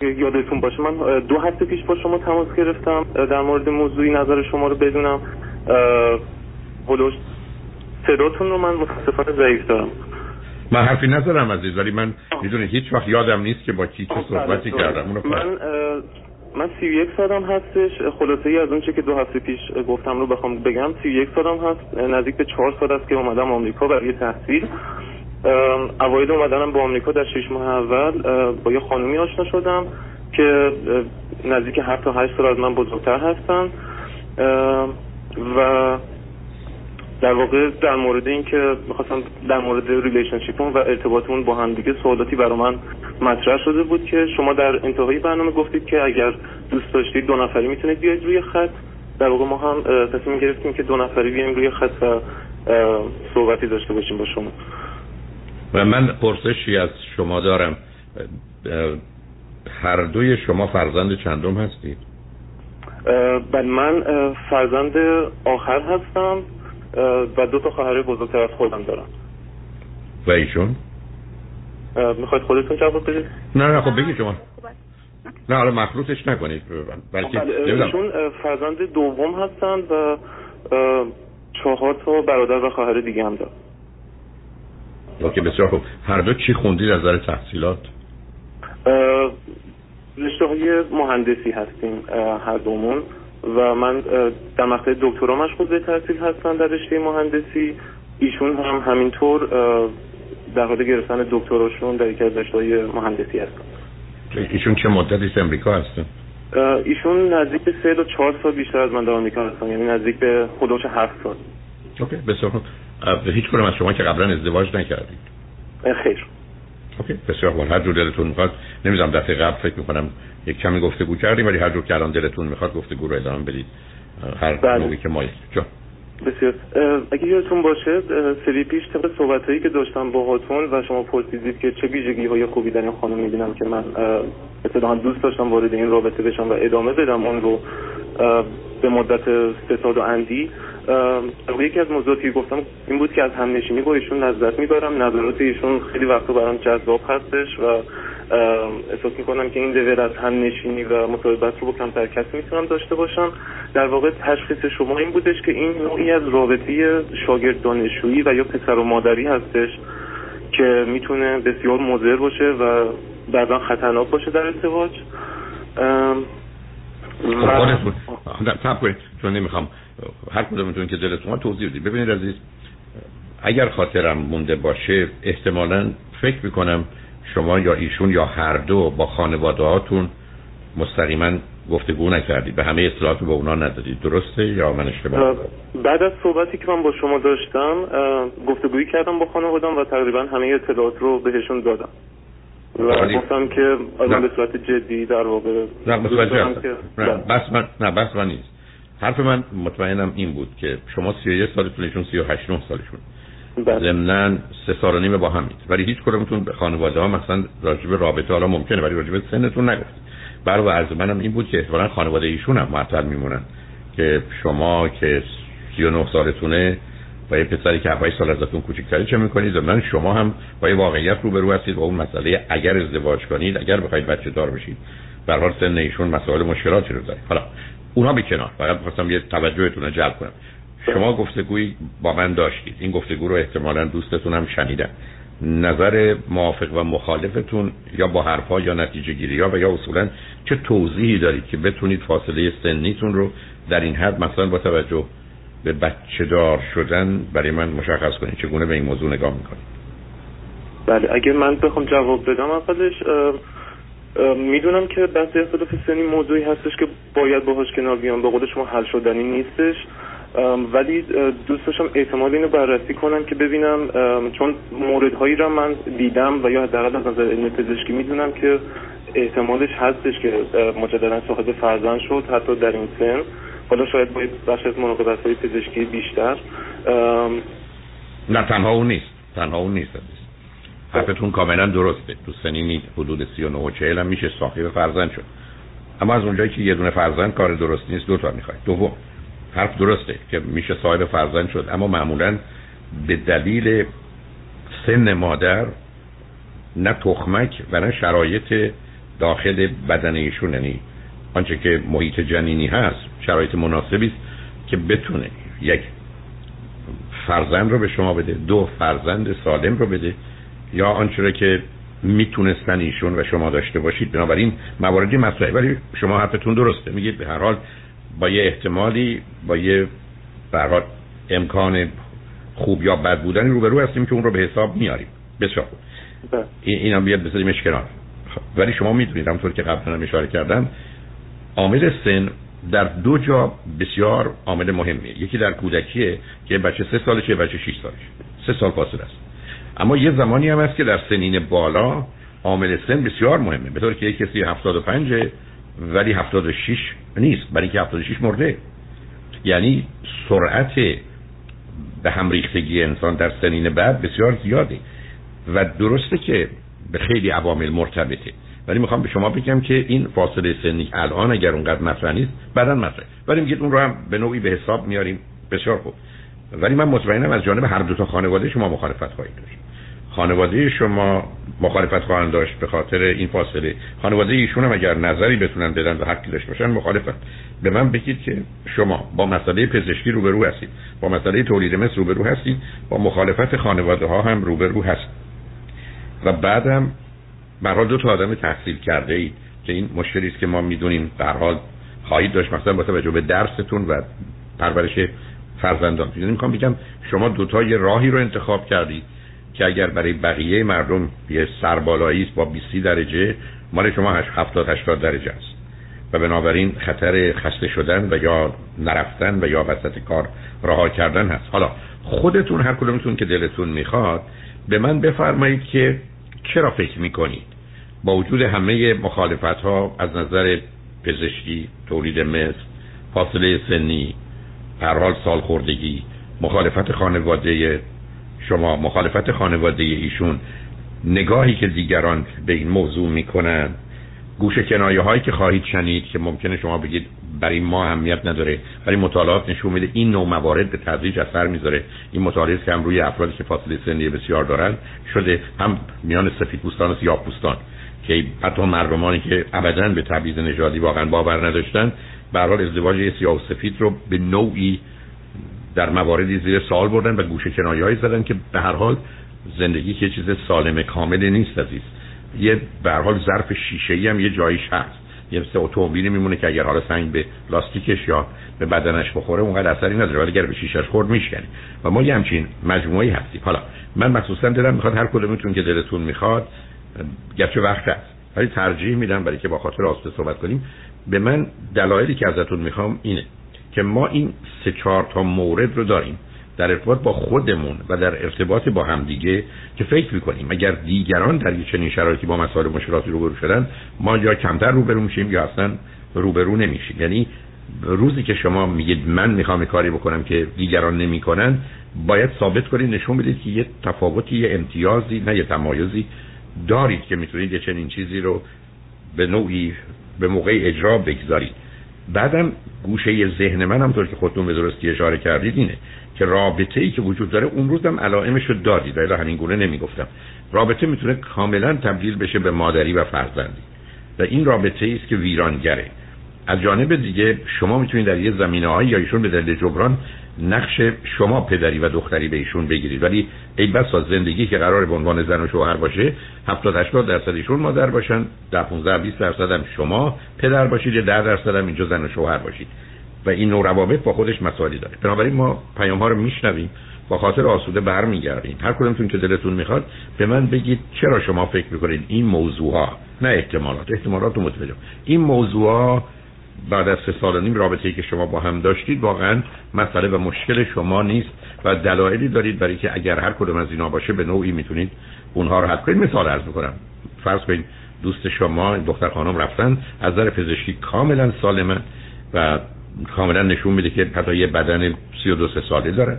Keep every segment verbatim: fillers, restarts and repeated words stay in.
یادتون باشه من دو هفته پیش با شما تماس گرفتم در مورد موضوعی نظر شما رو بدونم. هلوش صداتون رو من متاسفانه ضعیف دارم. من حرفی ندارم عزیز، ولی من میدونی هیچ وقت یادم نیست که با کی چه صحبتی کردم. اونو من من سی و یک سالم هستش. خلاصه ای از اون چه که دو هفته پیش گفتم رو بخوام بگم، سی و یک سالم هست، نزدیک به چهار سال است که اومدم آمریکا برای تحصیل. اوایل اومدنم با آمریکا در شش ماه اول با یه خانومی آشنا شدم که نزدیک هفت تا هشت سال از من بزرگتر هستن و در واقع در مورد این که می‌خواستم در مورد ریلیشنشیپمون و ارتباطمون با هم دیگه سوالاتی برای من مطرح شده بود که شما در انتهای برنامه گفتید که اگر دوست داشتید دو نفری میتونید بیاید روی خط. در واقع ما هم تصمیم گرفتیم که دو نفری بیایم روی خط و صحبتی داشته باشیم با شما. و من پرسشی از شما دارم، هر دوی شما فرزند چندم هستید؟ بله من فرزند آخر هستم و دو تا خواهر بزرگتر از خودم دارم. و ایشون؟ میخواید خودتون جواب بدید؟ نه نه خب بگید شما. نه حالا مخلوطش نکنید بلکه ایشون فرزند دوم هستن و چهار تا برادر و خواهر دیگه هم دارن. اوکی بسیار خوب. هر دو چی خوندید از نظر تحصیلات؟ رشته های مهندسی هستیم هر دومون و من در مقطع دکترا مشغول به تحصیل هستم در رشته مهندسی. ایشون هم همینطور در حال گرفتن دکتراشون در یکی از رشته‌های مهندسی هستن. ایشون چه مدتی تو امریکا هستن؟ ایشون نزدیک به سه تا چهار سال بیشتر از من در آمریکا هستن، یعنی نزدیک به حدود هفت سال. اوکی بسیار خوب. هیچ کدوم از شما که قبلا ازدواج نکردید؟ خیر. اوکی بسیار خوب. هر جور دلتون میخواد، نمی‌ذارم دفعه قبل فکر می‌کنم یک کمی گفتگو کردیم، ولی هر جور که الان دلتون میخواد گفتگو رو ادامه بدید. هر موقعی که ما جا بسیار. اگه یادتون باشه سری پیش طبق صحبتایی که داشتم باهاتون و شما پرسیدید که چه ویژگی‌های خوبی در این خانم می‌بینم که من اتفاقاً دوست داشتم وارد این رابطه بشم و ادامه بدم اون رو به مدت سه سال و اندی. یکی از موضوعاتی که گفتم این بود که از همنشینی با ایشون لذت می‌برم. نظرات ایشون خیلی وقتا برام جذاب هستش و احساس می‌کنم که این لول از همنشینی و مصاحبت رو با کمتر کسی میتونم داشته باشم. در واقع تشخیص شما این بودش که این نوعی از رابطه شاگرد دانشجویی و یا پسر و مادری هستش که میتونه بسیار مضر باشه و بعداً خطرناک باشه در ازدواج. خودتون نه تابه چون نمیخوام هر کدومتون که دلتون توضیح بدید. ببینید عزیز، اگر خاطرم مونده باشه احتمالاً فکر میکنم شما یا ایشون یا هر دو با خانواده هاتون مستقیما گفتگو نکردید، به همه اطلاعات با اونا ندادید، درسته یا من اشتباه؟ بعد از صحبتی که من با شما داشتم گفتگویی کردم با خانواده‌ام و تقریبا همه اطلاعات رو بهشون دادم و گفتم که الان به صورت جدی در واقع نه متوجهم نه بس من نه بس من نیست. حرف من مطمئنم این بود که شما سی و یک سالتون، ایشون سی و هشت نه سالشون، ضمناً سه سال و نیم با همید، ولی هیچ کدومتون به خانواده ها مثلا راجع به رابطه حالا ممکنه ولی راجع به سنتون نگفتید. برای عرض منم این بود که احتمالاً خانواده ایشون هم معطل میمونن که شما که سی و نه سالتونه با یه پسری که هفت سال ازتون کوچیک‌تره چه می‌کنید؟ ضمناً شما هم با یه واقعیت روبرو هستید با اون مسئله اگر ازدواج کنید، اگر بخواید بچه‌دار بشید، به هر حال سن ایشون مسائل مشکلاتی رو داره. حالا اونها به کنار، فقط می‌خواستم یه توجهتون رو جلب کنم. شما گفتگویی با من داشتید، این گفتگو رو احتمالاً دوستتون هم شنیدن. نظر موافق و مخالفتون یا با حرفا یا نتیجه گیری ها و یا اصولاً چه توضیحی دارید که بتونید فاصله سنیتون رو در این حد مثلا با توجه به بچه دار شدن برای من مشخص کنید؟ چگونه به این موضوع نگاه میکنید؟ بله اگر من بخوام جواب بدم، اولش میدونم که بحث اختلاف سنی موضوعی هستش که باید باهاش کنار بیام، به قول شما حل شدنی نیستش، ولی دوست داشتم احتمال اینو بررسی کنم که ببینم، چون موردهایی را من دیدم و یا حداقل از نظر علم پزشکی میدونم که احتمالش هستش که مجددا صاحب فرزند شد حتی در این سن. حالا شاید باید بخش از مراقبت‌های پزشکی بیشتر. نه تنها اون نیست، تنها اون نیست. حرفتون کاملا درسته. تو سنینی حدود سی و نه و چهل هم میشه صاحب فرزند شد، اما از اونجایی که یه دونه فرزند کار درست نیست، دو تا میخواد. دوم حرف درسته که میشه صاحب فرزند شد، اما معمولا به دلیل سن مادر نه تخمک و نه شرایط داخل بدن ایشون، یعنی آنچه که محیط جنینی هست، شرایط مناسبی است که بتونه یک فرزند رو به شما بده، دو فرزند سالم رو بده، یا آنچه که میتونستن ایشون و شما داشته باشید. بنابراین مواردی مطرحه، ولی شما حرفتون درسته، میگید به هر حال با یه احتمالی، با یه به هر حال امکان خوب یا بد بودن روبرو هستیم که اون رو به حساب میاریم. بسیار خوب، اینا بیاد بذاریمش کنار. ولی شما میدونید همونطور که قبلا هم اشاره کردم، عامل سن در دو جا بسیار عامل مهمیه. یکی در کودکیه که بچه سه سالشه، بچه شش سالشه، سه سال فاصله است. اما یه زمانی هم هست که در سنین بالا عامل سن بسیار مهمه، به طوری که یک کسی هفتاد و پنج ولی هفتاد و شش نیست، برای که هفتاد و شش مرده. یعنی سرعت به هم ریختگی انسان در سنین بعد بسیار زیاده و درسته که به خیلی عوامل مرتبطه، ولی میخوام به شما بگم که این فاصله سنی الان اگر اونقدر مطرح نیست بعداً مطرحه، ولی میگید اون رو هم به نوعی به حساب میاریم. بسیار خوب، ولی من مطمئنم از جانب هر دو تا خانواده شما مخالفت خواهید داشت. خانواده شما مخالفت خواهند داشت به خاطر این فاصله، خانواده ایشون هم اگر نظری بتونن بدن و حقی داشته باشن مخالفت. به من بگید که شما با مسئله پزشکی روبرو هستید، با مسئله تولید مثل روبرو هستید، با مخالفت خانواده ها هم روبرو هستید و بعدم برای دو تا آدم تحصیل کرده اید که این مشکلی است که ما میدونیم در حال خواهید داشت، مثلا با توجه به درستون و پرورش فرزندان. میخوام بگم شما دو تا یه راهی رو انتخاب کردید که اگر برای بقیه مردم یه سربالایی است با بیست درجه، مال شما هفتاد هشتاد درجه است و بنابراین خطر خسته شدن و یا نرفتن و یا وسط کار رها کردن هست. حالا خودتون هر کدومتون که دلتون میخواد به من بفرمایید که چرا فکر میکنید با وجود همه مخالفت ها از نظر پزشکی، تولید مثل، فاصله سنی، هر حال سالخوردگی، مخالفت خانواده شما، مخالفت خانواده ایشون، نگاهی که دیگران به این موضوع میکنن، گوشه کنایه هایی که خواهید شنید که ممکنه شما بگید برای ما اهمیت نداره، ولی مطالعات نشون میده این نوع موارد به تدریج اثر میذاره. این مطالعه است که هم روی افرادی که فاصله سنی بسیار دارن شده، هم میان سفیدپوستان و سیاه‌پوستان که حتی مردمانی که ابداً به تبعیض نژادی واقعا باور نداشتن، به هر حال ازدواج سیاه و سفید رو به نوعی در مواردی زیر سوال بردن و گوشه کنایه‌ای زدن که به هر حال زندگی که چیز سالم کامل نیست عزیز. یه به هر حال ظرف شیشه‌ای هم یه جایش هست، یه مثل اتومبیلی میمونه که اگر حالا سنگ به لاستیکش یا به بدنش بخوره اونقدر اثری نداره، ولی اگر به شیشه‌اش خورد میشکنه و ما یه همچین مجموعه‌ای هستیم. حالا من مخصوصا دلم میخواد هر کدومتون که دلتون میخواد، گرچه وقت هست ولی ترجیح میدم برای که با خاطر آسوده صحبت کنیم، به من دلایلی که ازتون میخوام اینه که ما این سه چهار تا مورد رو داریم در ارتباط با خودمون و در ارتباط با همدیگه که فکر میکنیم اگر دیگران در یک چنین شرایطی با مسائل مشکلاتی روبرو شدن، ما یا کمتر روبرو میشیم یا اصلا روبرو نمیشیم. یعنی روزی که شما میگید من میخوام کاری بکنم که دیگران نمیکنن، باید ثابت کنید، نشون بدید که یه تفاوتی، یه امتیازی، نه یه تمایزی دارید که میتونید یه چنین چیزی رو به نوعی به موقع اجرا بگذارید. بعدم گوشه ذهن من هم طور که خودتون به درستی اشاره کردید اینه که رابطه‌ای که وجود داره اون روز هم علائمش رو دادید، ولی همین گونه نمیگفتم. رابطه میتونه کاملا تبدیل بشه به مادری و فرزندی و این رابطه‌ای است که ویرانگره. از جانب دیگه شما میتونید در یه زمینه‌هایی یا ایشون به دلیل جبران نقش شما پدری و دختری به ایشون بگیرید، ولی ای بسا زندگی که قرار به عنوان زن و شوهر باشه هفتاد هشتاد درصد ایشون مادر باشن، ده پانزده بیست درصد هم شما پدر باشید، ده درصد هم اینجا زن و شوهر باشید و این نوع روابط با خودش مسائلی داره. بنابراین ما پیام ها رو میشنویم، با خاطر آسوده برمیگردیم. هر کدومتون که دلتون میخواد به من بگید چرا شما فکر میکنید این موضوع ها، نه احتمالات، احتمالات رو متوجهم، این موضوع ها بعد از سه سال و نیم رابطه‌ای که شما با هم داشتید واقعا مسئله و مشکل شما نیست و دلایلی دارید برای که اگر هر کدوم از اینا باشه به نوعی میتونید اونها رو حل کنید. مثال عرض می‌کنم، فرض کنید دوست شما دختر خانم رفتن از نظر پزشکی کاملا سالمن و کاملا نشون میده که حتی یه بدن سی و دو سه ساله دارن،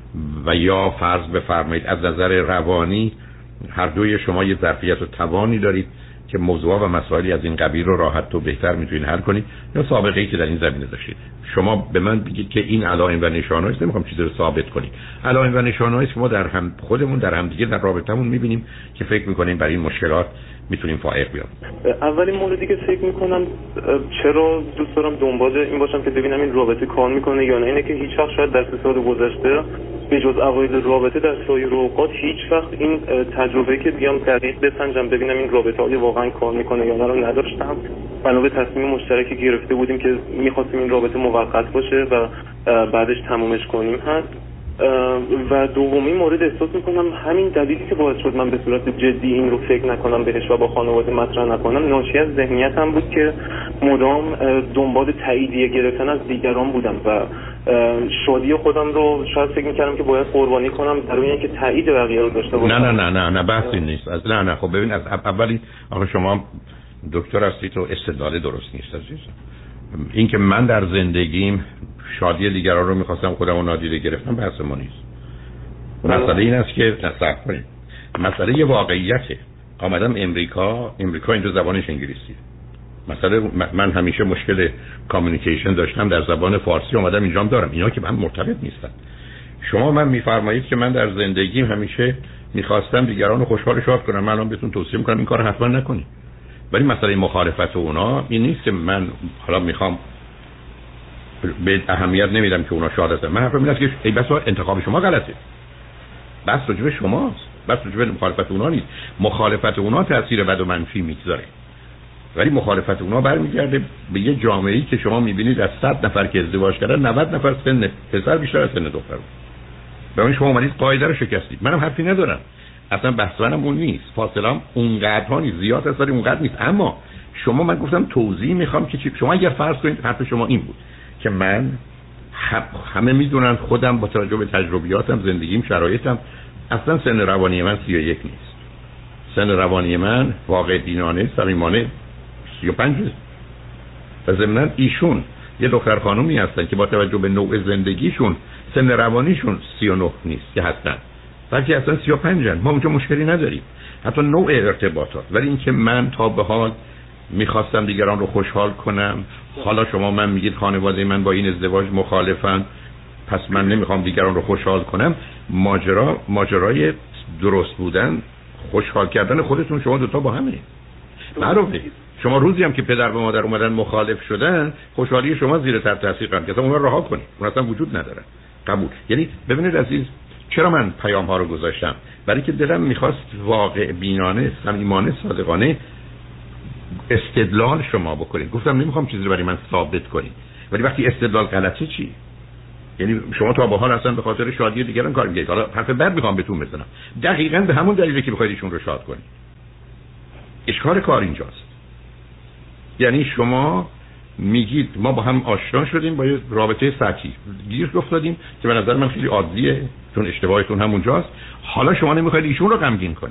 و یا فرض بفرمایید از نظر روانی هر دوی شما یه ظرفیت و توانی دارید که موضوعات و مسائلی از این قبیل رو راحت و بهتر میتونید حل کنید، یا سابقه‌ای که در این زمینه داشتید. شما به من بگید که این علائم و نشانه‌هایی است، نمیخوام چیزی رو ثابت کنید، علائم و نشانه‌هایی است که ما در هم خودمون در هم دیگه در رابطمون میبینیم که فکر میکنیم برای این مشکلات میتونیم فائق بیام. اولین موردی که فکر میکنم چرا دوست دارم دنبال این باشم که ببینم این رابطه کار میکنه یا نه، اینه که هیچ وقت شاید در سه سال گذشته به جز اوایل رابطه در سایر اوقات هیچ وقت این تجربه که بیام دقیق بسنجم ببینم این رابطه آیا واقعا کار میکنه یا نه رو نداشتم. بنا به تصمیم مشترکی گرفته بودیم که میخواستیم این رابطه موقت باشه و بعدش تمومش کنیم هست. و دومین مورد احساس میکنم همین دلیلی که باعث شد من به صورت جدی این رو فکر نکنم بهش و با خانواده مطرح نکنم ناشی از ذهنیتم بود که مدام دنبال تاییدیه گرفتن از دیگران بودم و شادی خودم رو شاید فکر میکردم که باید قربانی کنم در روی اینکه تایید بقیه رو داشته باشم. نه نه نه نه نه بحثی نیست. از نه نه خب ببین از اولی آخه شما دکتر هستید و استدلال درست نیست عزیزم. این که من در زندگیم شادی دیگران رو میخواستم خودم رو نادیده گرفتم بحث ما نیست. مسئله این است که نصف کنیم مسئله واقعیته. آمدم امریکا امریکا اینجا زبانش انگلیسیه. مثلا من همیشه مشکل کامیونیکیشن داشتم در زبان فارسی، اومدم اینجام دارم. اینا که من مرتبط نیستن. شما من میفرمایید که من در زندگیم همیشه میخواستم دیگران رو خوشحال شاد کنم، من الان بهتون توصیه میکنم این کار حتما نکنید. ولی مسئله مخالفت اونا این نیست که من حالا میخوام به اهمیت نمیدم که اونا شاد هستن. من حرفم این است که ای بسا انتخاب شما غلطه. بس راجب شماست. بس راجب مخالفت اونا نیست. مخالفت اونا تاثیر بد و منفی میگذاره. ولی مخالفت اونا برمیگرده به یه جامعه‌ای که شما میبینید از صد نفر که ازدواج کردن نود نفر سن پسر بیشتر از سن دختر بود. به من شما اومدید قاعده رو شکستید. منم حرفی ندارم. اصلا بحث منم اون نیست. فاصله‌ام اونقدر نیست، زیاد است ولی اونقدر نیست. اما شما من گفتم توضیح میخوام که چی. شما اگر فرض کنید حرف شما این بود که من همه میدونن خودم با توجه به تجربیاتم، زندگیم، شرایطم اصلا سن روانی من سی و یک نیست. سن روانی من واقع دینانه صمیمانه سی و پنج است. و ضمناً ایشون یه دختر خانومی هستن که با توجه به نوع زندگیشون سن روانیشون سی و نه نیست که هستن، بلکه اصلا سی و پنج هن. ما اونجا مشکلی نداریم حتی نوع ارتباطات. ولی اینکه من تا به حال میخواستم دیگران رو خوشحال کنم، حالا شما من میگید خانواده من با این ازدواج مخالفن پس من نمیخوام دیگران رو خوشحال کنم. ماجرا ماجرای درست بودن، خوشحال کردن خودتون شما دوتا با همه. معروفه شما روزی هم که پدر و مادر اومدن مخالف شدن خوشحالی شما زیر تحت تاثیر قرار گرفت. اونها رها کنید، اون اصلا وجود نداره. قبول. یعنی ببینید عزیز چرا من پیام ها رو گذاشتم؟ برای که دلم میخواست واقع بینانه، صمیمانه، صادقانه استدلال شما بکنید. گفتم نمیخوام چیزی رو برای من ثابت کنید، ولی وقتی استدلال غلطه چی؟ یعنی شما تا به حال اصلا به خاطر شادی دیگران کار میکنید. حالا حرف بد میخوام بهتون بزنم، دقیقاً به همون دلیلی که بخواید ایشون رو شاد کنید. اشکال کار اینجاست. یعنی شما میگید ما با هم آشنا شدیم با یه رابطه سطحی گیر افتادیم که به نظر من خیلی عادیه چون اشتباهتون همونجاست. حالا شما نمیخواید ایشون رو غمگین کنید،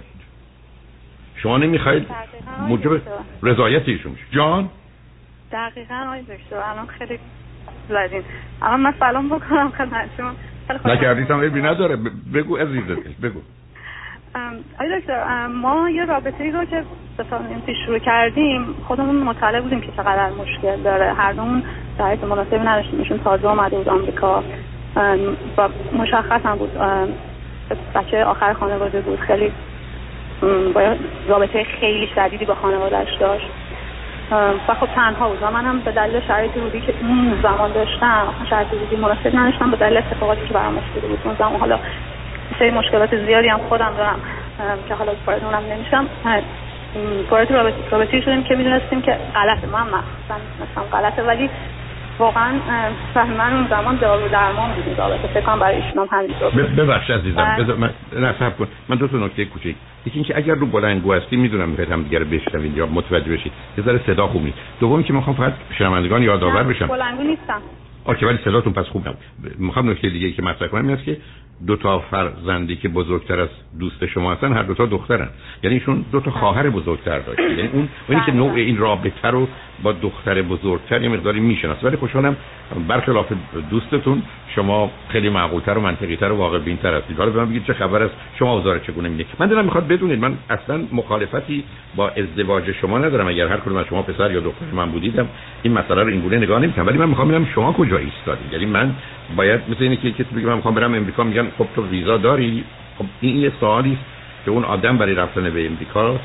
شما نمیخواید موجب رضایت ایشون بشید. جان دقیقاً آقای دکتر الان خیلی لازم اما من سلام بکنم خدمتتون. نکردید هم عیبی نداره، بگو عزیزت بگو. آقای دکتر ما یه رابطه‌ای رو که سه سال پیش شروع کردیم خودمون مطلع بودیم که چقدر مشکل داره، هر دومون شرایط مناسبی نداشتیم. ایشون تازه اومده بود آمریکا و مشخص هم بود بچه آخر خانواده بود، خیلی با رابطه خیلی شدیدی با خانواده‌اش داشت و خب تنها بود و من هم به دلیل شرایط روزی که اون زمان داشتم شرایط روزی مناسب نداشتم به دلیل اتفاقاتی که برام افتاده بود اون زمان. حالا سری مشکلات زیادی هم خودم دارم که حالا وارد اونم نمیشم. وارد رابطه‌ای شدیم که میدونستیم که غلطه، من مخصوصا مثلا غلطه، ولی واقعا فهم من اون زمان دارو درمان بود این رابطه. فکر کنم برای ایشون هم همینطور. ببخشید عزیزم بذار من نصب کن. من دو تا نکته کوچیک. یکی اینکه اگر رو بلندگو هستی میدونم میخواید هم دیگه رو بشنوید یا متوجه بشید یه ذره صدا خوب نیست. دومی که میخوام فقط شنوندگان یادآور بشم بلندگو نیستم. اوکی ولی صداتون پس خوب نبود. میخوام نکته دیگه ای که مطرح کنم این است که دو تا فرزندی که بزرگتر از دوست شما هستن هر دو تا دخترن، یعنی ایشون دو تا خواهر بزرگتر داشت. یعنی اون اونی که نوع این رابطه رو با دختر بزرگتر یه مقداری میشناسه. ولی خوشحالم برخلاف دوستتون شما خیلی معقول‌تر و منطقی‌تر و واقع بین‌تر هستید. حالا به من بگید چه خبر است، شما اوضاع چگونه می‌بینید؟ من دلم می‌خواد بدونید من اصلا مخالفتی با ازدواج شما ندارم. اگر هر کدوم از شما پسر یا دختر من بودیدم این مسئله رو اینگونه نگاه نمی‌کنم، ولی من می‌خوام ببینم شما کجا ایستادید. یعنی من باید مثل اینه که کسی بگه من می‌خوام برم امریکا میگن خب تو ویزا داری؟ خب این یه سوالی است که اون آدم برای رفتن به امریکا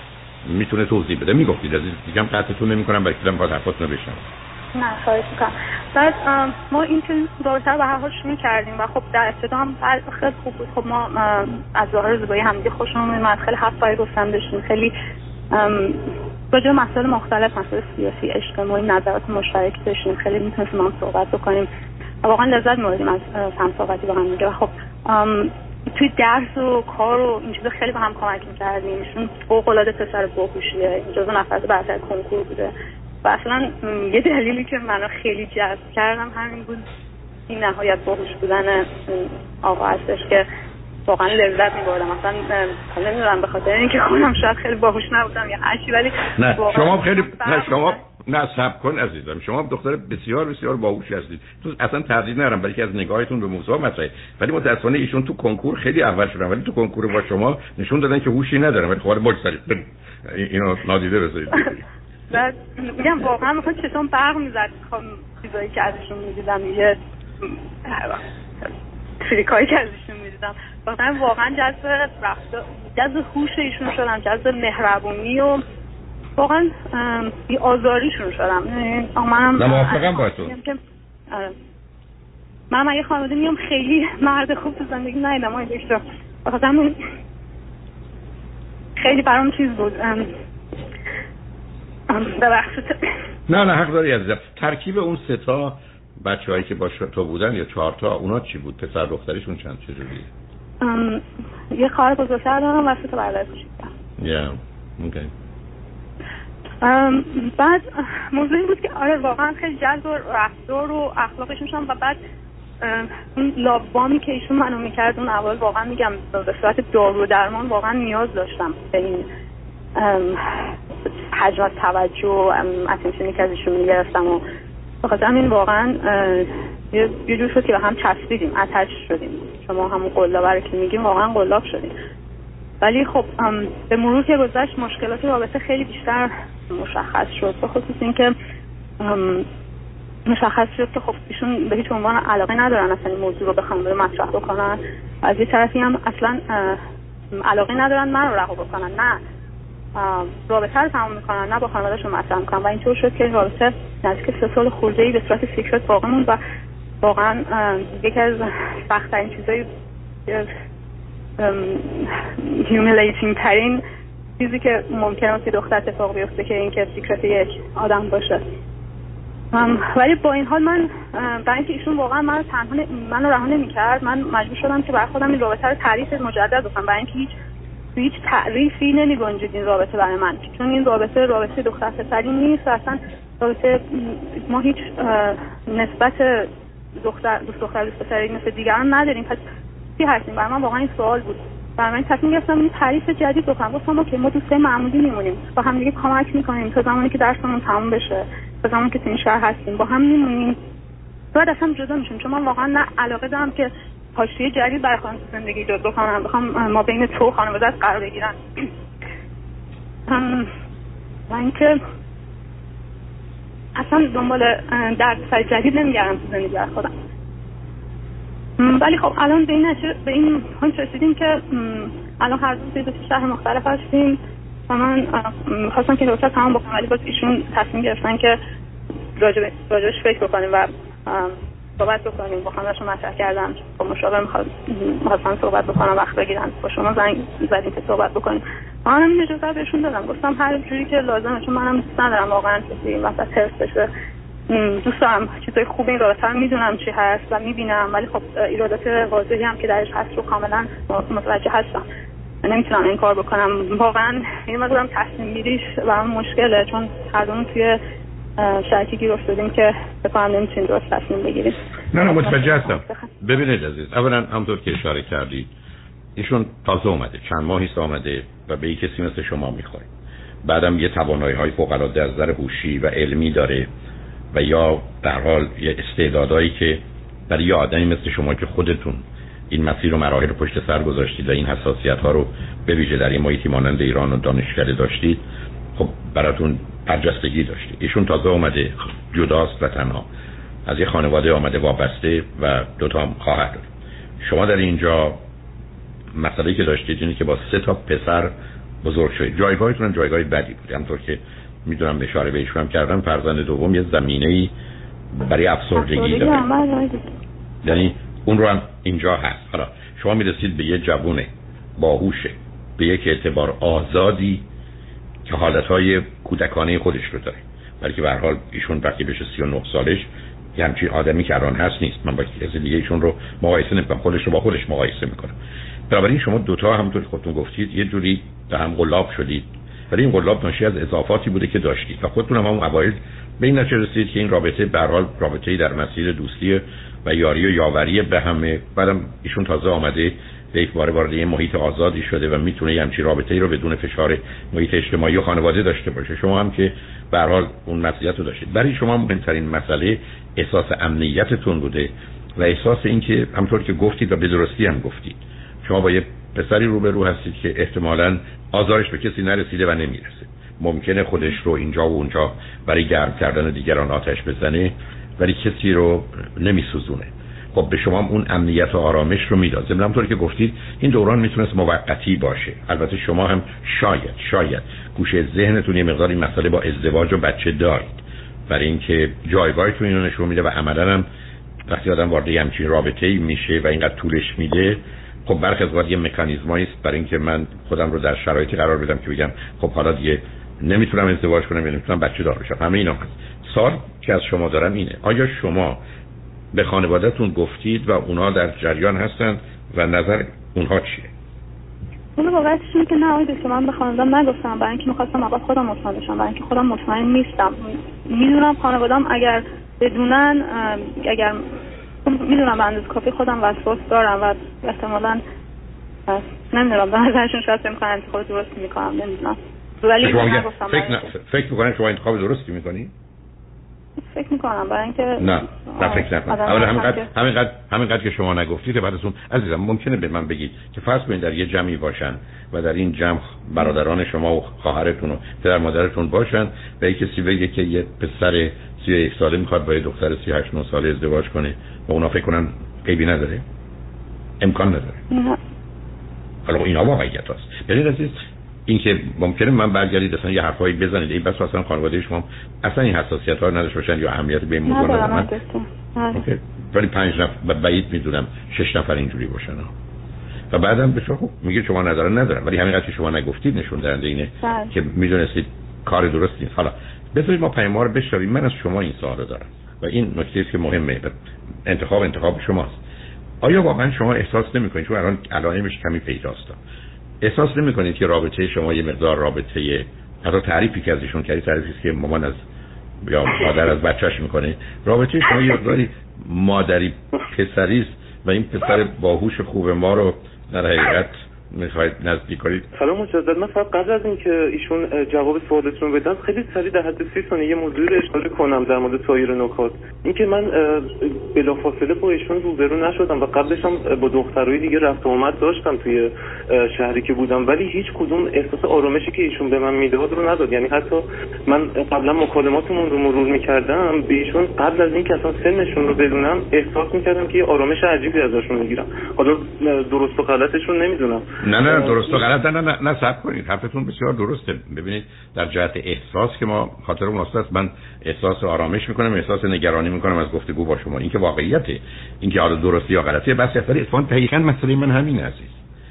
میتونه توضیح بده. میگفتید عزیز دیگه قطعتون نمی‌کنم برای اینکه می‌خواد حرفاتون رو بشنوم. نه خواهش میکنم. بعد ما این که رابطه رو به هر حال شروع کردیم و خب در ابتدا هم خیلی خوب بود. خب ما از ظاهر زیبایی همدیگه خوشمون اومد، خیلی حرفای گفتن داشتیم، خیلی راجع به مسائل مختلف، مسائل سیاسی، اجتماعی نظرات مشترکی داشتیم، خیلی میتونستیم هم صحبت بکنیم و واقعا لذت می‌بردیم از هم صحبتی با هم دیگه. و خب توی درس و کار و این چیزا خیلی با هم کمک می‌کردیم. ایشون فوق‌العاده پسر باهوشیه، جزو نفرات برتر کنکور بوده و اصلا یه دلیلی که منو خیلی جذب کردم همین بود، این نهایت باهوش بودن آقا هستش که واقعا لذت می‌بردم. مثلا نمی‌دونم به خاطر اینکه خودم شاید خیلی باهوش نبودم یا هرچی، ولی نه شما خیلی نه شما نه صبر کن عزیزم، شما دختر بسیار بسیار باهوشی هستید. تو اصلا تردید ندارم بلکه از نگاهتون به موضوع مطرحه، ولی متأسفانه ایشون تو کنکور خیلی اول شدن ولی تو کنکور با شما نشون دادن که هوشی ندارن. ولی خب بگذارید اینو نادیده بذارید. بعد میگم واقعا مثلا چطور برق میزد چیزایی که ازشون میدیدم، یه تریکایی که ازشون میدیدم، واقعا واقعا جذب رفتار، جذب هوش ایشون شدم، جذب مهربونی و واقعا بی آزاریشون شدم. منم موافقم با تو. منم یه خانواده میام خیلی مرد خوب تو زندگی ندیدم آقای دکتر، بخاطر خیلی برام چیز بود. ببخشید. نه نه حق داری عزیزم. ترکیب اون سه تا بچه‌هایی که با تو بودن یا چهار تا، اونا چی بود؟ پسر دخترشون چند چجوریه؟ ام یه خواهر بزرگتر دارم و سه تا برادر کوچیک‌تر. یا اوکی. ام بعد موضوع این بود که آره واقعا خیلی جذب و رفتار و اخلاقشون شدم و بعد اون لابوامی که ایشون منو میکرد اون اول واقعا میگم به صورت دارو و درمان واقعا نیاز داشتم به این حجم توجه و اتنشنی که ازشون میگرفتم و بخاطر همین واقعا یه یه جور شد که به هم چسبیدیم، اتچ شدیم. شما همون قلابه رو که میگیم واقعا قلاب شدیم. ولی خب به مرور که گذشت مشکلات رابطه خیلی بیشتر مشخص شد، به خصوص اینکه مشخص شد که خب ایشون به هیچ عنوان علاقه ندارن اصلا این موضوع رو بخوام به مطرح بکنن، از یه طرفی هم اصلا علاقه ندارن من رو رها بکنن، نه رابطه رو تمام میکنن، نه با خانواده‌شون مطرح میکنن. و اینطور شد که رابطه نزدیک سه سال خورده‌ای به صورت سیکرت باقی موند و واقعا یکی از سخت‌ترین چیزای هیومیلیتینگ ترین چیزی که ممکنه که دختر اتفاق بیفته که این که سیکرت یک آدم باشه. ولی با این حال من برای اینکه ایشون واقعا من تنها منو رها نمی‌کرد، من مجبور شدم که برای خودم این رابطه رو تعریف مجدد بکنم، برای اینکه هیچ هیچ تعریفی نمی‌گنجید این رابطه برای من، چون این رابطه رابطه دختر پسری نیست، اصلا رابطه ما هیچ نسبت دختر دوست دختر دوست پسری مثل دیگران نداریم. پس چی هستیم؟ برای من واقعا این سوال بود. برای من تصمیم گرفتم این تعریف جدید بکنم. گفتم اوکی ما دوستای معمولی میمونیم، با هم دیگه کمک می‌کنیم تا زمانی که درسمون تموم بشه، تا زمانی که تو این شهر هستیم با هم میمونیم. بعد اصلا جدا میشیم، چون من واقعا نه علاقه دارم که حاشیه جدید برای خودم زندگی ایجاد بکنم، بخوام ما بین تو خانواده‌ات قرار بگیرم. و اینکه اصلا دنبال دردسر جدید نمیگردم تو زندگی خودم. ولی خب الان به این نتیجه به این پوینت رسیدیم که الان هر دو تا شهر مختلف هستیم و من خواستم که رابطه تمام بکنم، ولی باز ایشون تصمیم گرفتن که راجع راجعش فکر بکنیم و صحبت بکنیم. با خانمشون مطرح کردم با مشاور می‌خواستم صحبت بکنم، وقت بگیرن، با شما زنگ زدیم که صحبت بکنیم. منم این اجازه بهشون دادم، گفتم هر جوری که لازمه، چون منم دوست ندارم واقعا کسی این وسط حرف بشه. دوست دارم چیزای خوب این رابطه رو میدونم چی هست و میبینم، ولی خب ایرادات واضحی هم که درش هست رو کاملا متوجه هستم، نمیتونم این کار بکنم. واقعا این مقدارم تصمیم گیریش برام مشکله، چون هر دومون توی شرکی گیر افتادیم که بکنم نمیتونیم درست تصمیم بگیریم. نه نه متوجه هستم. ببینید عزیز، اولا همونطور که اشاره کردید ایشون تازه اومده، چند ماهی است اومده و به یک کسی مثل شما میخوره، بعدم یه توانایی‌های فوق‌العاده از نظر هوشی و علمی داره و یا در حال یه استعدادایی که برای یه آدمی مثل شما که خودتون این مسیر و مراحل رو پشت سر گذاشتید و این حساسیت‌ها رو به ویژه در این محیطی مانند ایران و دانشکده داشتید، خب براتون برجستگی داشتید. ایشون تازه اومده، جداست و تنها، از یه خانواده آمده وابسته و دو تا خواهر داره. شما در اینجا مسئله‌ای که داشتید اینه که با سه تا پسر بزرگ شدید. جایگاهتون هم جایگاه بدی بود، همونطور که میدونم اشاره بهش هم کردم. فرزند دوم یه زمینه‌ای برای افسردگی داره، یعنی اون رو هم اینجا هست. حالا شما میرسید به یه جوونه باهوشه، به یک اعتبار آزادی که حالتهای کودکانه خودش رو داره، ولی که به هر حال ایشون وقتی بشه سی و نه سالش یه همچین آدمی که الان هست نیست. من با کسی دیگه ایشون رو مقایسه نمی‌کنم، خودش رو با خودش مقایسه می‌کنم. بنابراین شما دوتا همونطور که خودتون گفتید یه جوری به هم قلاب شدید، ولی این قلاب ناشی از اضافاتی بوده که داشتید و خودتون هم همون اوایل به این نتیجه رسیدید که این رابطه به هر حال رابطه‌ای در مسیر دوستی و یاری و یاوری به همه. بعدم ایشون تازه آمده به یک بار وارد یه محیط آزادی شده و میتونه یه همچین رابطه‌ای رو بدون فشار محیط اجتماعی و خانواده داشته باشه. شما هم که به هر حال اون مسئولیت رو داشتید. برای شما مهمترین مسئله احساس امنیتتون بوده و احساس این که همونطور که گفتید و به درستی هم گفتید شما با یه پسری روبرو هستید که احتمالاً آزارش به کسی نرسیده و نمیرسه. ممکنه خودش رو اینجا و اونجا برای گرم کردن دیگران آتش بزنه ولی کسی رو نمیسوزونه. خب به شما اون امنیت و آرامش رو میداد. ضمن همونطور که گفتید این دوران میتونست موقتی باشه. البته شما هم شاید شاید گوشه ذهنتون یه مقداری مسئله با ازدواج و بچه دارید، برای اینکه جایگاهتون اینو نشون میده و عملاً هم وقتی آدم وارد همچین رابطه‌ای میشه و اینقدر طولش میده، خب برخی از وقت یه مکانیزمایی است برای اینکه من خودم رو در شرایطی قرار بدم که بگم خب حالا دیگه نمیتونم ازدواج کنم یا نمیتونم بچه دار بشم. همه اینا هست. سوال که از شما دارم اینه، آیا شما به خانواده‌تون گفتید و اونا در جریان هستن و نظر اونها چیه؟ اون واقعیتش اینه که نه آیده که من به خانواده‌ام نگفتم، برای اینکه می‌خواستم اول خودم مطمئن بشم، برای اینکه خودم مطمئن نیستم. میدونم خانواده‌ام اگر بدونن، اگر میدونم به اندازه کافی خودم وسواس دارم و احتمالاً نمیدونم به نظرشون شاید فکر کنن انتخاب درستی میکنم، نمیدونم. ولی نگفتم. فکر فکر میکنن شما انتخاب درستی میکنی؟ فکر میکنم برای اینکه نه نه فکر نکنم. اولا همینقدر همینقدر همینقدر که شما نگفتید بعد از اون عزیزم ممکنه به من بگید که فرض کنید در یه جمعی باشن و در این جمع برادران شما و خواهرتون و پدر مادرتون باشن و یک کسی بگه که یه پسر سی و یک ساله میخواد با یه دختر سی و هشت نه ساله ازدواج کنه و اونا فکر کنن عیبی نداره، امکان نداره. نه حالا اینا واقعیت هست. ببینید عزیز این که ممکنه من برگردید اصلا یه حرفایی بزنید این بس اصلا خانواده شما اصلا این حساسیت ها نداشته باشن یا اهمیت به این موضوع ندارن. اوکی ولی پنج نفر بعید میدونم شش نفر اینجوری باشن و بعدم به شما خب میگه شما ندارن ندارن ولی همینقدر که شما نگفتید نشون دهنده اینه بله. که میدونستید کار درست نیست. حالا بذارید ما پیام رو بشنویم. من از شما این سوال رو دارم و این نکته است که مهمه، انتخاب انتخاب شماست. آیا واقعا شما احساس نمی‌کنید چون الان علائمش کمی پیداست، احساس نمی‌کنید که رابطه شما یه مقدار رابطه حتی تعریفی که ازشون کردی تعریفی است که مامان از یا مادر از بچه‌ش می‌کنه، رابطه شما یه مقداری مادری پسری است و این پسر باهوش خوب ما رو در حقیقت میخواید نزدیک کنید. سلام مجدد. من فقط قبل از اینکه ایشون جواب سوالتون بدن خیلی سریع در حد سی ثانیه یه موضوعی رو اشاره کنم در مورد سایر نکات. اینکه من بلافاصله با ایشون روبرو نشدم و قبلش هم با دخترای دیگه رفت و آمد داشتم توی شهری که بودم ولی هیچ کدوم احساس آرامشی که ایشون به من میداد رو نداد. یعنی حتی من قبلا مکالماتمون رو مرور میکردم به ایشون قبل از اینکه اصلا سنشون رو بدونم احساس میکردم که یه آرامش عجیبی ازشون میگیرم. حالا درست و غلطش رو نمیدونم. نه نه درست و غلط نه نه نه صبر کنید، حرفتون بسیار درسته. ببینید در جهت احساس که ما خاطر اون است، من احساس آرامش میکنم، احساس نگرانی میکنم از گفتگو با شما. این که واقعیته، این که حالا درستی یا غلطیه بس ولی اتفاقا دقیقاً مسئله من همین عزیز.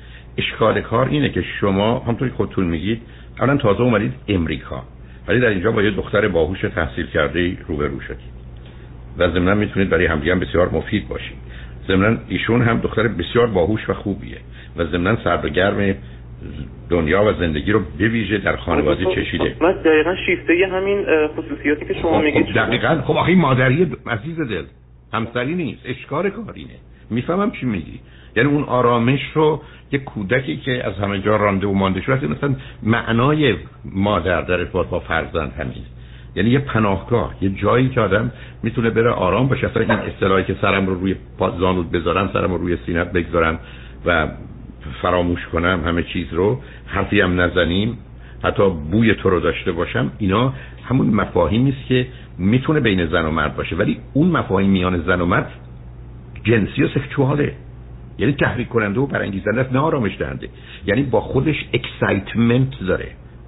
اشکال کار اینه که شما همونطوری خودتون میگید اولا تازه اومدید امریکا ولی در اینجا با یه دختر باهوش تحصیل کرده روبرو شدید و ضمن میتونید برای همدیگه بسیار مفید باشید. ضمن ایشون هم دختر بسیار باهوش و خوبیه و ضمن سرد و گرم دنیا و زندگی رو به ویژه در خانواده چشیده. من دقیقاً شیفته همین خصوصیاتی که شما میگید. خب دقیقاً. خب آخه مادری عزیز دل همسری نیست، اشکار کارینه. میفهمم چی میگی. یعنی اون آرامش رو یک کودکی که از همه جا رانده و مانده شده، مثلا معنای مادر در ارتباط با فرزند همین، یعنی یه پناهگاه، یه جایی که آدم میتونه بره آرام باشه. اصلا این اصطلاحی که سرم رو روی زانوت بذارم، سرم رو روی سینه‌ت بگذارم و فراموش کنم همه چیز رو، حرفی هم نزنیم، حتی بوی تو رو داشته باشم، اینا همون مفاهیمی است که میتونه بین زن و مرد باشه. ولی اون مفاهیم میان زن و مرد جنسی و سکشواله. یعنی تحریک کننده و برانگیزنده است، نه آرامش دهنده. یعنی با خودش اکسایتمنت داره،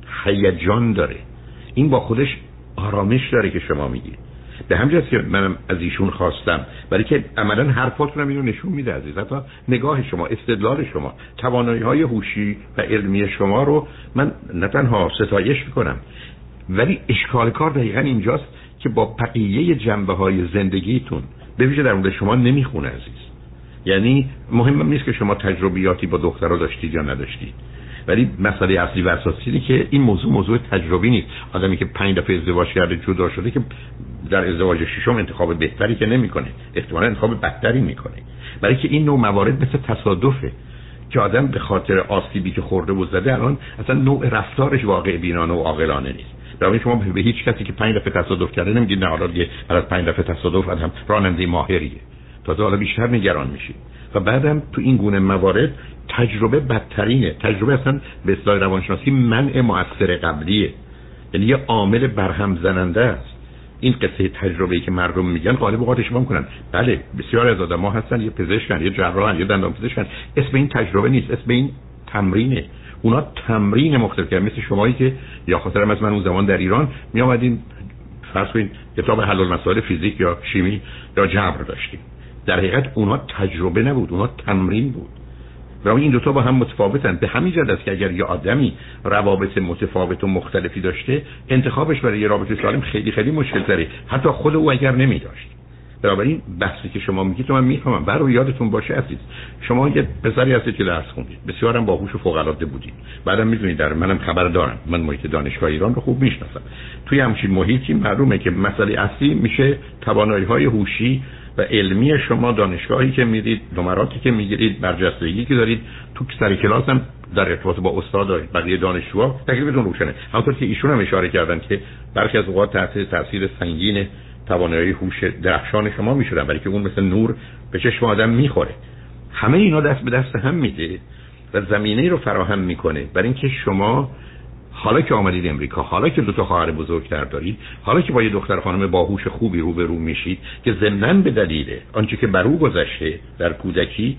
هیجان داره. این با خودش آرامش داره که شما میگید. به همین جهت که منم از ایشون خواستم، برای که عملاً حرفاتون اینو نشون میده عزیز. حتی نگاه شما، استدلال شما، توانایی‌های هوشی و علمی شما رو من نه تنها ستایش میکنم، ولی اشکال کار دقیقاً اینجاست که با بقیه جنبه‌های زندگیتون به ویژه در مورد شما نمیخونه عزیز. یعنی مهم نیست که شما تجربیاتی با دخترها داشتید یا نداشتید، ولی مسئله اصلی و اساسی اینه که این موضوع موضوع تجربی نیست. آدمی که پنج دفعه ازدواج کرده جدا شده که در ازدواج ششم انتخاب بهتری که نمیکنه، احتمالاً انتخاب بدتری میکنه. برای که این نوع موارد مثل تصادفه که آدم به خاطر آسیبی که خورده و زده الان اصلا نوع رفتارش واقع بینانه و عاقلانه نیست. در شما به هیچ کسی که پنج دفعه تصادف کرده نمیگید نه حالا دیگه از پنج دفعه تصادف آدم راننده ماهریه. تازه حالا بیشتر نگران میشید. و بعدم تو این گونه موارد تجربه بدترینه. تجربه اصلا به اصطلاح روانشناسی منع مؤثر قبلیه، یعنی یه عامل برهم زننده است. این قصه تجربه‌ای که مردم میگن غالب اوقات اشتباه میکنن. بله بسیار از آدم‌ها هستن یه پزشکن، یه جراحن، یه دندانپزشکن، اسم این تجربه نیست، اسم این تمرینه. اونا تمرین مختلف کردن، مثل شمایی که یا خاطرم از من اون زمان در ایران می آمدین فرض کنید کتاب حل المسائل فیزیک یا شیمی یا جبر داشتیم. در حقیقت اونها تجربه نبود، اونها تمرین بود. برای این دو تا با هم متفاوتن. به همین جهت است که اگر یه آدمی روابط متفاوت و مختلفی داشته، انتخابش برای یه رابطه سالم خیلی خیلی مشکل‌تره، حتی خود او اگر نمی داشت. بنابراین بحثی که شما میگید تو من میفهمم. برای یادتون باشه عزیز، شما یه پسری هستید که درس خوندید، بسیار هم باهوش و فوق العاده بودید. بعدم میدونید در منم خبر دارم، من محیط دانشگاه ایران رو خوب میشناسم. توی همچین محیطی معلومه که مسئله اصلی میشه توانایی‌های هوشی و علمی شما، دانشگاهی که میرید، نمراتی که میگیرید، برجستگی که دارید، تو سر کلاس هم در ارتباط با استاد دارید، بقیه دانشجوها تکلیفتون روشنه. همونطور که ایشون هم اشاره کردن که برخی از اوقات تحت تاثیر سنگین توانایی هوش درخشان شما میشورن، برای که اون مثل نور به چشم آدم میخوره. همه اینا دست به دست هم میده و زمینه رو فراهم میکنه برای اینکه شما حالا که آمدید امریکا، حالا که دو تا خواهر بزرگتر دارید، حالا که با یه دختر خانم باهوش خوبی روبرو میشید که ضمناً به دلیل آنچه که بر او گذشته در کودکی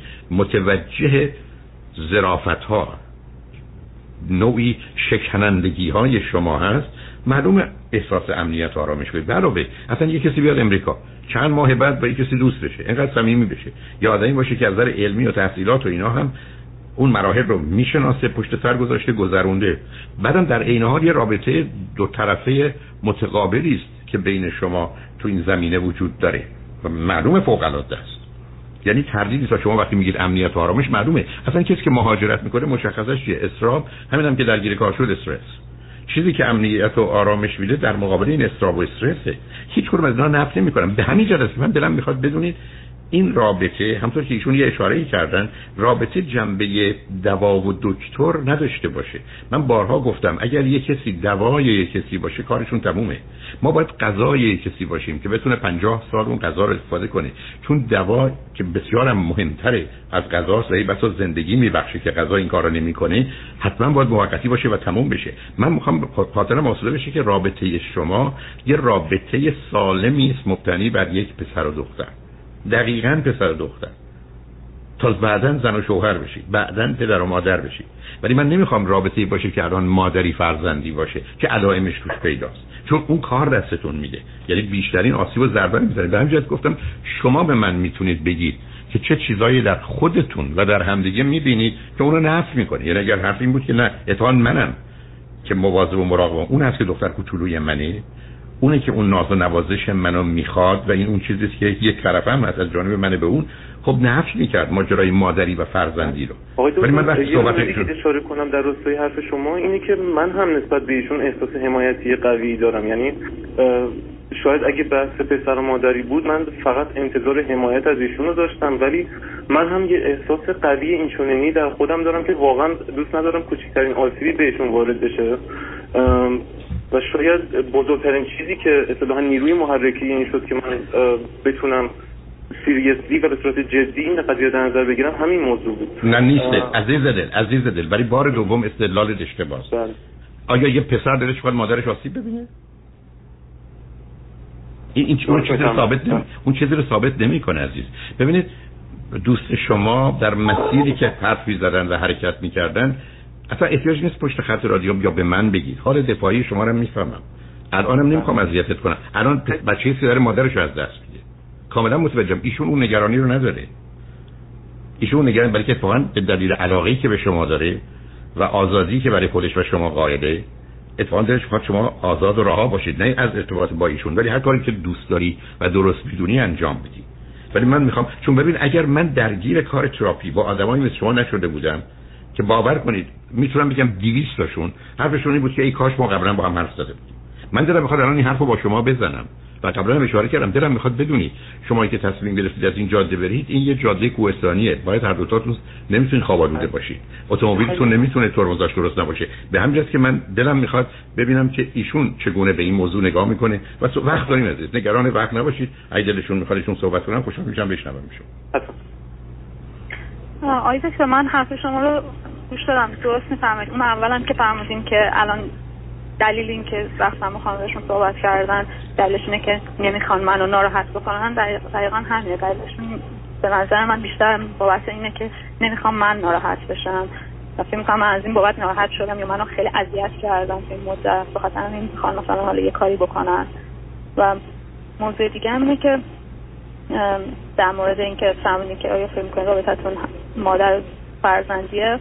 متوجه ظرافت‌ها، نوعی شکنندگی‌های شما هست، معلومه احساس امنیت و آرامش بده. علاوه اصلا یه کسی بیاد امریکا چند ماه بعد با یه کسی دوست بشه، اینقدر صمیمی بشه، یا آدمی باشه که از نظر علمی و تحصیلات و اینا هم اون مراحل رو میشناسه، پشت سر گذاشته، گذرونده، بعدم در عین حال یه رابطه دو طرفه متقابلی است که بین شما تو این زمینه وجود داره و معلومه فوق العاده است. یعنی تردیدی تا شما وقتی میگید امنیت و آرامش، معلومه اصلا کسی که مهاجرت میکنه مشخصش چیه؟ اضطراب، همین هم که درگیر کار شد استرس. چیزی که امنیت و آرامش میده در مقابل این استراب و استرسه. هیچ کدوم از اینا نفی نمیکنم. به همین جهت من دلم میخواد بدونید این رابطه، همونطور که ایشون یه اشاره‌ای کردن، رابطه جنبه دوا و دکتر نداشته باشه. من بارها گفتم اگر یه کسی دوای یه کسی باشه کارشون تمومه. ما باید غذای یه کسی باشیم که بتونه پنجاه سال اون غذا رو استفاده کنه، چون دوا که بسیار هم مهمتره از غذاست و بسا زندگی میبخشه که غذا این کارو نمیکنه، حتما باید موقتی باشه و تموم بشه. من میخوام خاطرم حاصل بشه که رابطه شما یه رابطه سالمی است مبتنی بر یک پسر و دختر. دقیقاً پسر و دختر، تا بعداً زن و شوهر بشید، بعداً پدر و مادر بشید. ولی من نمیخوام رابطه‌ای باشه که الان مادری فرزندی باشه که علائمش توش پیداست، چون اون کار دستتون میده، یعنی بیشترین آسیب و ضربه میزنه. به همین جهت گفتم شما به من میتونید بگید که چه چیزایی در خودتون و در همدیگه میبینید که اونو نفی میکنه. یعنی اگر حرف این بود که نه اتفاقاً منم که مواظب و مراقبم، اون هست که دختر کوچولوی منه، اونه که اون ناز و نوازش منو میخواد و این اون چیزیه که یک طرف هم هست از جانب من به اون، خب نفی میکرد ماجرای مادری و فرزندی رو. ولی من وقتی صحبت اشاره کنم در راستای حرف شما اینه که من هم نسبت به ایشون احساس حمایتی قوی دارم. یعنی شاید اگه بحث پسر و مادری بود من فقط انتظار حمایت از ایشون رو داشتم، ولی من هم یه احساس قوی اینچنینی در خودم دارم که واقعا دوست ندارم کوچکترین آسیبی بهشون وارد بشه و شاید بزرگترین چیزی که اصطلاحاً نیروی محرکی این شد که من بتونم سیریسلی و به صورت جدی این قضیه در نظر بگیرم همین موضوع بود. نه نیست عزیز دل، عزیز دل، ولی بار دوم استدلال اشتباهه. بله. آیا یه پسر دلش می‌خواد مادرش آسیب ببینه؟ این این اون چیزی رو ثابت نمی... اون چیزی رو ثابت نمی‌کنه عزیز. ببینید دوست شما در مسیری که حرف می‌زدن و حرکت می‌کردن اصلا احتیاج نیست پشت خط رادیو یا به من بگید. حال دفاعی شما رو میفهمم. الانم نمیخوام اذیتت کنم. الان بچه‌ای که داره مادرش رو از دست میده. کاملا متوجهم. ایشون اون نگرانی رو نداره. ایشون نگران بلکه اتفاقاً به دلیل علاقه‌ای که به شما داره و آزادی که برای خودش و شما قائله، اتفاقاً دلش می‌خواد شما آزاد و رها باشید، نه از ارتباط با ایشون، ولی هر کاری که دوست داری و درست می‌دونی انجام بدی. ولی من میخوام، چون ببین اگر من درگیر کار تراپی با آدمایی مثل شما نشده بودم که باور کنید میتونم بگم دویست تاشون حرفشون این بود که ای کاش ما قبلا با هم حرف زده بودیم. من دلم میخواد الان این حرفو با شما بزنم و قبلا هم اشاره کردم، دلم میخواد بدونی شما که تصمیم گرفتید از این جاده برید، این یه جاده کوهستانیه، باید هر دو تاتون نمیتونید خواب آلوده باشید، اتومبیلتون نمیتونه ترمزش درست نباشه. به همین جاست که من دلم میخواد ببینم که ایشون چگونه به این موضوع نگاه میکنه و وقت داریم عزیز، نگران وقت نباشید. اگه دلشون میخواد ایشون صحبت کنن خوشحال میشم بشنوم ایشون. آقای دکتر من حرف شما رو گوش دادم، درست میفهمید. اون اولا که فهمیدیم که الان دلیل این که رفتم با خانواده‌شون صحبت کردن دلیلش اینه که نمیخوان منو ناراحت بکنن، دقیقاً همینه. دلیلشون به نظر من بیشتر بابت اینه که نمیخوام من ناراحت بشم. فکر می‌کنم من از این بابت ناراحت شدم یا منو خیلی اذیت کردم این مدت، بخاطر همین میخوان مثلا حالا یه کاری بکنن. و موضوع دیگه هم اینه که در مورد اینکه فهمیدین که آیا فکر می‌کنید رابطتون مادر فرزندیه،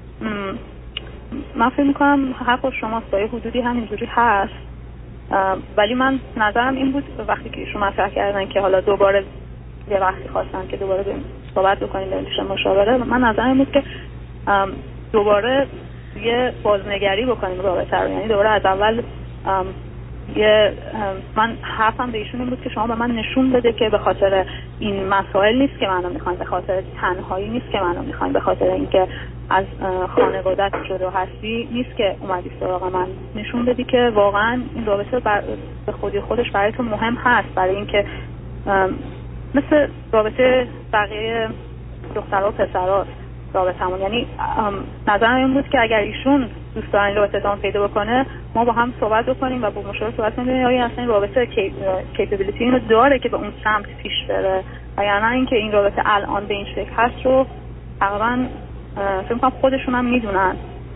من فکر میکنم حق شما سایه حدودی همینجوری هست، ولی من نظرم این بود وقتی که ایشون مطرح کردن که حالا دوباره یه وقتی خواستن که دوباره صحبت بکنیم بریم پیش مشاوره، من نظرم این بود که دوباره یه بازنگری بکنیم رابطه رو، یعنی دوباره از اول یه من حرفم به ایشون این بود که شما به من نشون بده که به خاطر این مسائل نیست که منو میخواین، به خاطر تنهایی نیست که منو میخواین، به خاطر اینکه از خانواده‌ات جدا هستی نیست که اومدی سراغ من. نشون بدی که واقعا این رابطه بر... به خودی خودش برای تو مهم هست، برای اینکه مثل رابطه بقیه دخترها و پسرها رابطمون. یعنی نظرم این بود که اگر ایشون دوست دارن رابطه ادامه پیدا بکنه ما با هم صحبت بکنیم و با مشاور صحبت کنیم آیا اصلا این رابطه کیپبیلیتی اینو داره که به اون سمت پیش بره، و یا نه اینکه این رابطه الان به این شکل هست رو تقریبا فکر می‌کنم خودشون هم میدونن.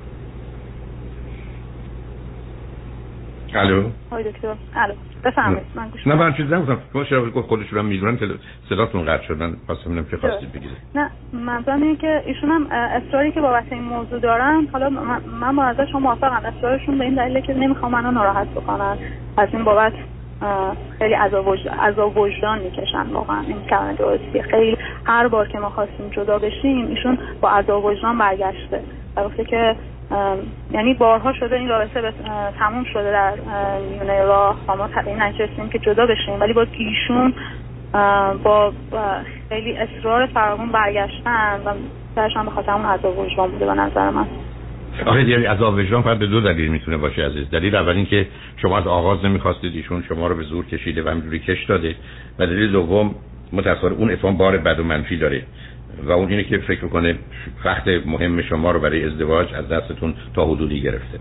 الو آقای دکتر الو بفرمایید. من گوش نه من چیزی نگفتم، شما چرا خودشون هم میدونن که صداتون قطع شد، من خواستم ببینم چه خواستید بگید. نه منظورم اینه که ایشون هم اصراری که بابت این موضوع دارن، حالا من, من با ازشون موافقم، اصرارشون به این دلیله که نمیخوام منو ناراحت بکنن، از این بابت خیلی عذاب وجدان عذاب وجدان میکشن. واقعا این کلمه درستی، خیلی هر بار که ما خواستیم جدا بشیم ایشون با عذاب وجدان برگشته و گفته که یعنی بارها شده این رابطه به تموم شده در میونه راه و ما این نشستیم که جدا بشیم، ولی باز ایشون با خیلی اصرار فراوان برگشتن و درشان به خاطر اون عذاب وجدان بوده به نظر من. آره دیگه عذاب وجدان فقط به دو دلیل میتونه باشه عزیز. دلیل اول این که شما از آغاز نمیخواستید، ایشون شما رو به زور کشیده و همینجوری کش داده، و دلیل دوم متأسفانه اون اتفاق بار بد و منفی داره و اون اینه که فکر کنه وقت مهم شما رو برای ازدواج از دستتون تا حدودی گرفته.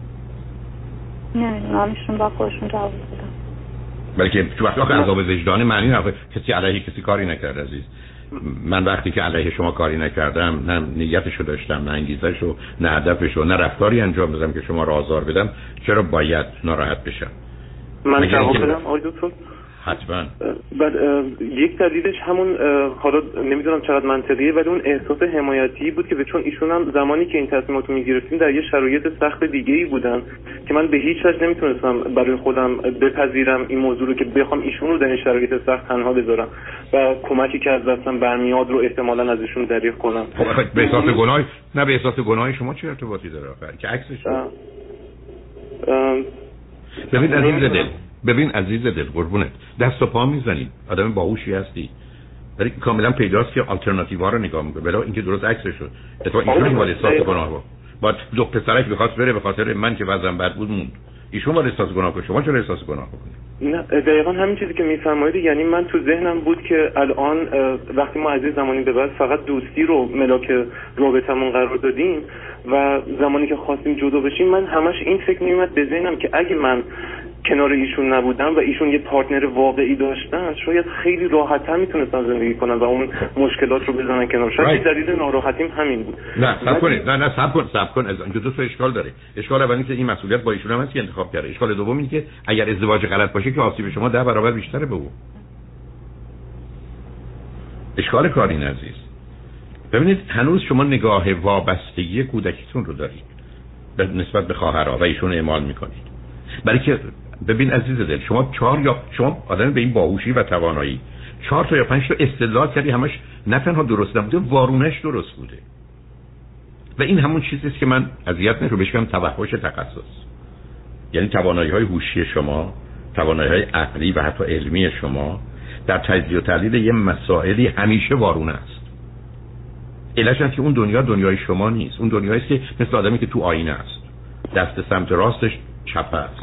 نمیدونم ایشون با خودشون جواب بدن. بلکه تو وقتی که عذاب وجدان معنی نداره کسی علیه کسی کاری نکرده عزیز. من وقتی که علیه شما کاری نکردم، نه نیتشو داشتم، نه انگیزشو، نه هدفشو، نه رفتاری انجام دادم که شما رو آزار بدم، چرا باید ناراحت بشم؟ من جواب بدم آقای دکتر؟ حتما. بعد یک دلیلش همون حالا نمیدونم چقدر منطقیه ولی اون احساس حمایتی بود که چون ایشون هم زمانی که این تصمیماتو میگرفتیم در یه شرایط سخت دیگه‌ای بودن که من به هیچ وجه نمیتونستم برای خودم بپذیرم این موضوع رو که بخوام ایشون رو در این شرایط سخت تنها بذارم و کمکی که از دستم برمیاد رو احتمالاً از ایشون دریغ کنم. به احساس گناه، نه به احساس گناه شما چه ارتباطی داره آخر که عکسش؟ ببین عزیز دل، ببین عزیز دل قربونت، دست و پا میزنی، آدم باهوشی هستی، ولی کاملا پیداست که آلترناتیوها رو نگاه میکنه. بلا اینکه درست عکسش شد اتفاقا ایشون ولی احساس گناه بود. بعد دو پسرک می‌خواست بره به خاطر من که وضعم بد بود موند. ایشون ولی احساس گناه کنه، شما چرا احساس گناه کنید؟ نه دقیقاً همین چیزی که میفرمایید، یعنی من تو ذهنم بود که الان وقتی ما از این زمانی به بعد فقط دوستی رو ملاک رابطمون قرار دادیم و زمانی که خواستیم جدا بشیم، من همش این فکر میومد به ذهنم که اگه من کنار ایشون نبودم و ایشون یه پارتنر واقعی داشتن، شاید خیلی راحت‌تر میتونستن زندگی کنن و اون مشکلات رو بزنن کنار. شاید دلیل ناراحتیم همین بود. نه صبر کنید، نه نه صبر کن صبر کن از اینجا دو تا اشکال داره. اشکال اولی که این مسئولیت با ایشون هم هست که انتخاب کرده. اشکال دوم اینه که اگر ازدواج غلط باشه که آسیب شما ده برابر بیشتره به او. اشکال کاری عزیز. ببینید هنوز شما نگاه وابستگی کودکیتون رو دارید به نسبت به خواهرها و ایشون اعمال میکنید. برای که ببین عزیز دل، شما چهار یا شما آدم به این باهوشی و توانایی چهار تا یا پنج تا استدلال کردی، همش نه تنها درست نبوده، وارونش درست بوده. و این همون چیزی است که من اذیت نشو بشم توحش تخصص. یعنی توانایی‌های هوشی شما، توانایی‌های عقلی و حتی علمی شما در تجزیه و تحلیل یه مسائلی همیشه وارونه است. علتش اینه که اون دنیا دنیای شما نیست. اون دنیایی است که مثل آدمی که تو آینه است. دست سمت راستش چپ است.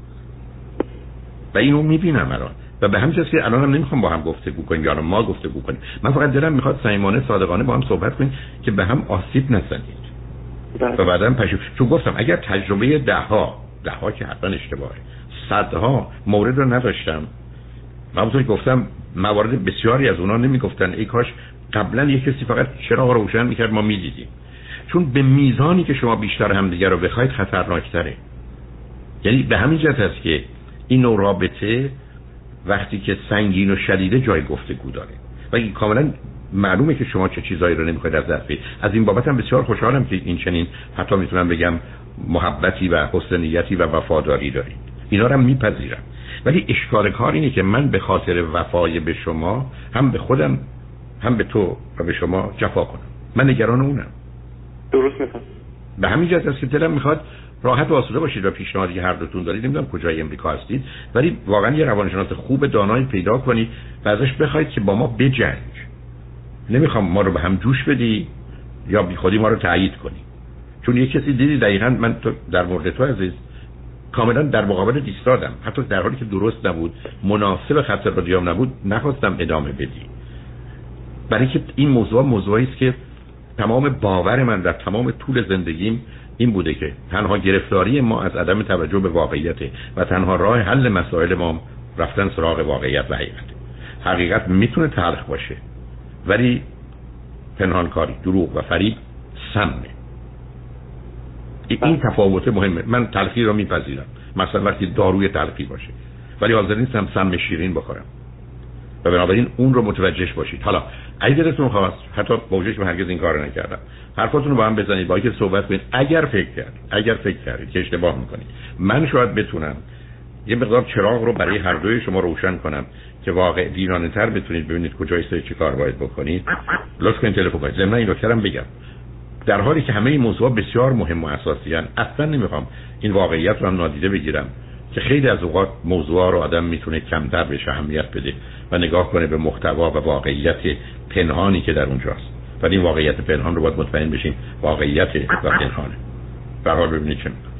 و اینو میبینم الان. و به همین جاست که الان هم نمیخوام با هم گفتگو کنیم یا ما گفتگو کنیم. من فقط دلم میخواد صمیمانه صادقانه با هم صحبت کنیم که به هم آسیب نزنید. و بعداً پشیمون. چون گفتم اگر تجربه ده ها ده ها که حتما اشتباهه، صدها مورد رو نداشتم، من همونطور که گفتم موارد بسیاری از اونا نمیگفتن ای کاش قبلا یک کسی فقط چراغ رو روشن میکرد ما میدیدیم. چون به میزانی که شما بیشتر همدیگه رو بخواید خطرناکتره. یعنی به همین جهت است که این نوع رابطه وقتی که سنگین و شدیده جای گفتگو داره و این کاملا معلومه که شما چه چیزایی رو نمیخواید از دست بدید. از این بابت هم بسیار خوشحالم که این چنین حتی میتونم بگم محبتی و حسن نیتی و وفاداری دارید. اینا رو هم میپذیرم. ولی اشکال کار اینه که من به خاطر وفای به شما هم به خودم هم به تو و به شما جفا کنم. من نگران اونم. درست میفهم. به همین جهت است که دلم میخواد راحت و آسوده باشید و پیشنهادی که هر دوتون دارید، نمیدونم کجای امریکا هستید، ولی واقعا یه روانشناس خوب دانایی پیدا کنید و ازش بخواید که با ما بجنگ. نمیخوام ما رو به هم جوش بدی یا بی خودی ما رو تایید کنی. چون یه کسی دیدی دقیقاً من تو در مورد تو عزیز کاملا در مقابل ایستادم، حتی در حالی که درست نبود، مناسب خط رادیوم نبود، نخواستم ادامه بدی. برای که این موضوع موضوعی است که تمام باور من در تمام طول زندگیم این بوده که تنها گرفتاری ما از عدم توجه به واقعیت و تنها راه حل مسائل ما رفتن سراغ واقعیت و حقیقت. حقیقت میتونه تلخ باشه ولی پنهانکاری، دروغ و فریب سمه. این تفاوت مهمه. من تلخی رو میپذیرم، مثلا وقتی داروی تلخی باشه، ولی حاضر نیستم سم شیرین بخورم. و بنابراین اون رو متوجهش باشید. حالا اگه دلتون خواست، حتی با وجودش من هرگز این کارو نکردم، حرفاتون رو با هم بزنید، با اینکه صحبت کنید. اگر فکر کردید اگر فکر کردید که اشتباه میکنید، من شاید بتونم یه مقدار چراغ رو برای هر دوی شما روشن کنم که واقع دینانه تر بتونید ببینید کجای سر چه کار باید بکنید. لطف کنید تلفن کنید. ضمن این دکترم بگم در حالی که همه این موضوعات بسیار مهم و اساسی ان، اصلا نمیخوام این واقعیت رو هم نادیده بگیرم که خیلی از اوقات موضوعا رو آدم میتونه کمتر بهش اهمیت بده و نگاه کنه به محتوا و واقعیت پنهانی که در اونجاست. ولی این واقعیت پنهان رو باید مطمئن بشیم واقعیت و پنهانه. به هر حال ببینید چه میکنه.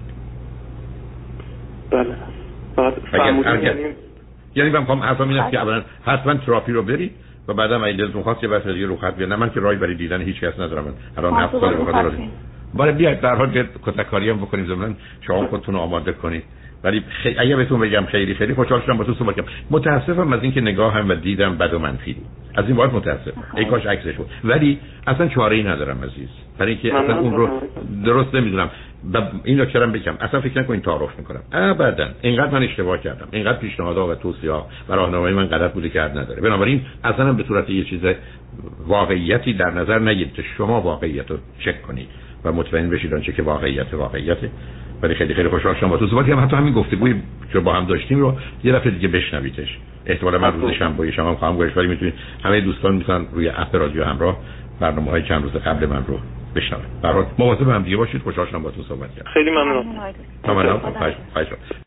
بله. بعد یعنی من میخوام حرفم اینه که اولا حتما تراپی رو برید و بعدم اگه دلتون خواست یه وقت دیگه رو خط بیاد. من که راهی برای دیدن هیچ کس ندارم. من الان هفت سال بخاطر باید بیاید در حال کتککاری هم بکنیم، ضمن شما خودتون رو آماده کنید. ولی خیلی اگه بهتون بگم خیلی خیلی خوشحال شدم با تو صحبت کردم. متاسفم از اینکه نگاهم و دیدم بد و منفی بود. از این بابت متاسفم. ای کاش عکسش بود. ولی اصلا چاره‌ای ندارم عزیز. برای اینکه اصلا اون رو درست نمیدونم. و این رو کردم بگم اصلا فکر نکنین تعارف میکنم. ابدا. اینقدر من اشتباه کردم. اینقدر پیشنهادها و توصیه‌ها و راهنمایی من غلط بوده که حد نداره. بنابراین اصلا به صورت یه چیز واقعیتی در نظر نگیرید. شما واقعیت رو چک کنید و مطمئن بشید آنچه که واقعیت واقعیته. ولی خیلی خیلی خوشحال شدم با تو صحبت کردم. حتی همین گفتگویی که با هم داشتیم رو یه دفعه دیگه بشنویدش. احتمالاً من روز شنبه شما هم خواهم گوش، ولی میتونید همه دوستان میتونن روی اپ رادیو همراه برنامه‌های چند روز قبل من رو بشنون. برات مواظب هم دیگه باشید. خوشحال شدم با تو صحبت کردم. خیلی ممنون. ممنون.